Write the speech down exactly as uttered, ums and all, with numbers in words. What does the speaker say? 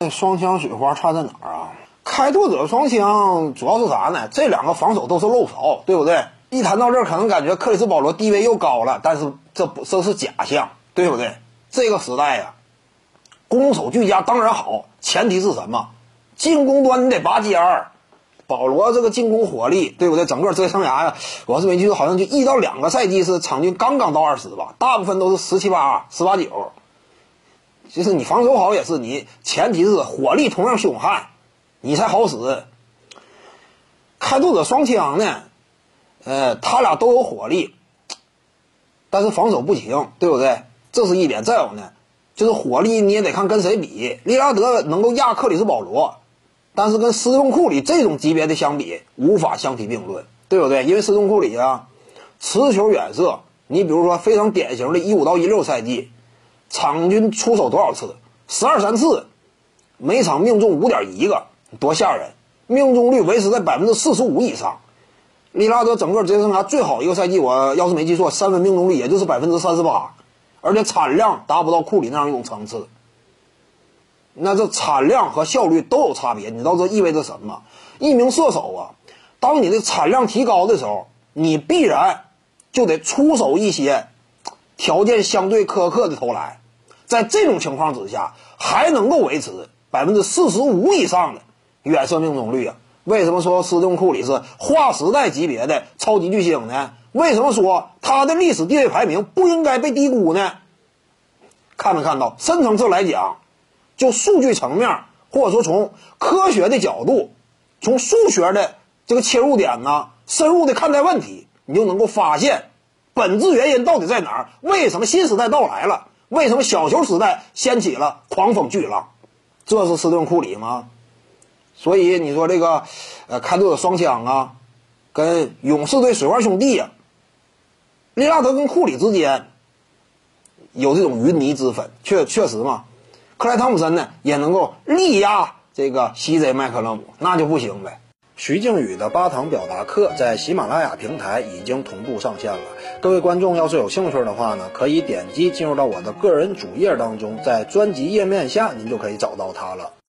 双枪水花差在哪儿啊？开拓者双枪主要是啥呢？这两个防守都是漏勺，对不对？一谈到这儿，可能感觉克里斯保罗地位又高了，但是这不这是假象，对不对？这个时代呀、啊，攻守俱佳当然好，前提是什么？进攻端你得拔尖儿。保罗这个进攻火力，对不对？整个职业生涯呀，我是没记住，好像就一到两个赛季是场均刚刚到二十吧，大部分都是十七八、十八九。其实你防守好也是，你前提是火力同样凶悍，你才好使。开拓者双枪呢，呃，他俩都有火力，但是防守不行，对不对？这是一点。再有呢，就是火力你也得看跟谁比。利拉德能够压克里斯保罗，但是跟斯通库里这种级别的相比，无法相提并论，对不对？因为斯通库里啊，持球远射，你比如说非常典型的一五到一六赛季，场均出手多少次？十二三次，每场命中五点一个，多吓人！命中率维持在百分之四十五以上。利拉德整个职业生涯最好一个赛季，我要是没记错，三分命中率也就是百分之三十八，而且产量达不到库里那样一种层次。那这产量和效率都有差别，你知道这意味着什么？一名射手啊，当你的产量提高的时候，你必然就得出手一些条件相对苛刻的投篮。在这种情况之下，还能够维持百分之四十五以上的远射命中率啊！为什么说斯通库里是划时代级别的超级巨星呢？为什么说他的历史地位排名不应该被低估呢？看没看到？深层次来讲，就数据层面，或者说从科学的角度，从数学的这个切入点呢，深入的看待问题，你就能够发现本质原因到底在哪儿？为什么新时代到来了？为什么小球时代掀起了狂风巨浪？这是斯顿库里吗？所以你说这个呃开拓者双枪啊，跟勇士队水花兄弟啊，利拉德跟库里之间有这种云泥之分，确确实嘛。克莱汤普森呢也能够力压这个西贼麦克勒姆，那就不行呗。徐静宇的八堂表达课在喜马拉雅平台已经同步上线了，各位观众要是有兴趣的话呢，可以点击进入到我的个人主页当中，在专辑页面下您就可以找到它了。